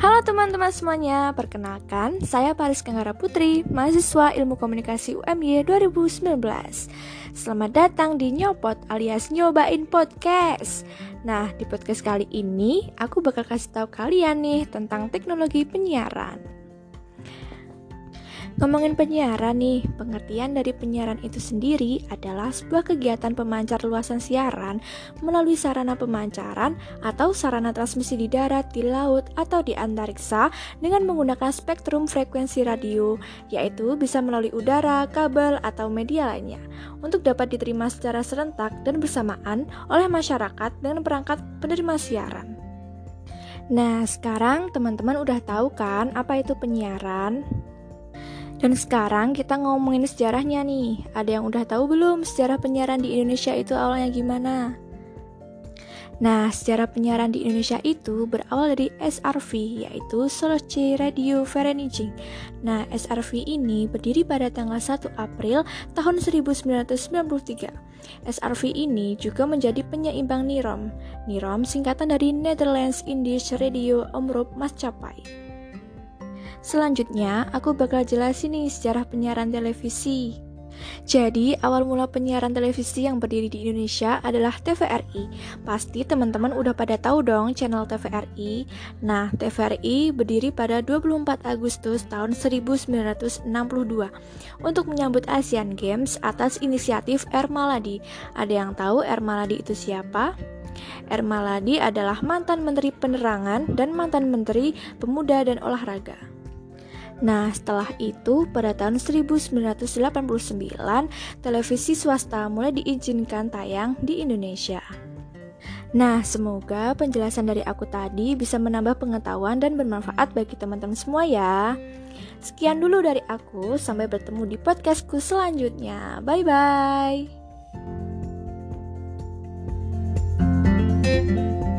Halo teman-teman semuanya, perkenalkan saya Paris Kanggara Putri, mahasiswa Ilmu Komunikasi UMY 2019. Selamat datang di Nyopot alias Nyobain Podcast. Nah, di podcast kali ini aku bakal kasih tahu kalian nih tentang teknologi penyiaran. Ngomongin penyiaran nih, pengertian dari penyiaran itu sendiri adalah sebuah kegiatan pemancar luasan siaran melalui sarana pemancaran atau sarana transmisi di darat, di laut, atau di antariksa dengan menggunakan spektrum frekuensi radio, yaitu bisa melalui udara, kabel, atau media lainnya, untuk dapat diterima secara serentak dan bersamaan oleh masyarakat dengan perangkat penerima siaran. Nah, sekarang teman-teman udah tahu kan apa itu penyiaran? Dan sekarang kita ngomongin sejarahnya nih. Ada yang udah tahu belum sejarah penyiaran di Indonesia itu awalnya gimana? Nah, sejarah penyiaran di Indonesia itu berawal dari SRV, yaitu Soloche Radio Vereniging. Nah, SRV ini berdiri pada tanggal 1 April tahun 1993. SRV ini juga menjadi penyeimbang NIROM. NIROM singkatan dari Netherlands Indische Radio Omroep Maatschappij. Selanjutnya, aku bakal jelasin nih sejarah penyiaran televisi. Jadi, awal mula penyiaran televisi yang berdiri di Indonesia adalah TVRI. Pasti teman-teman udah pada tahu dong channel TVRI. Nah, TVRI berdiri pada 24 Agustus tahun 1962 untuk menyambut Asian Games atas inisiatif R. Maladi. Ada yang tahu R. Maladi itu siapa? R. Maladi adalah mantan Menteri Penerangan dan mantan Menteri Pemuda dan Olahraga. Nah, setelah itu, pada tahun 1989, televisi swasta mulai diizinkan tayang di Indonesia. Nah, semoga penjelasan dari aku tadi bisa menambah pengetahuan dan bermanfaat bagi teman-teman semua ya. Sekian dulu dari aku, sampai bertemu di podcastku selanjutnya. Bye-bye.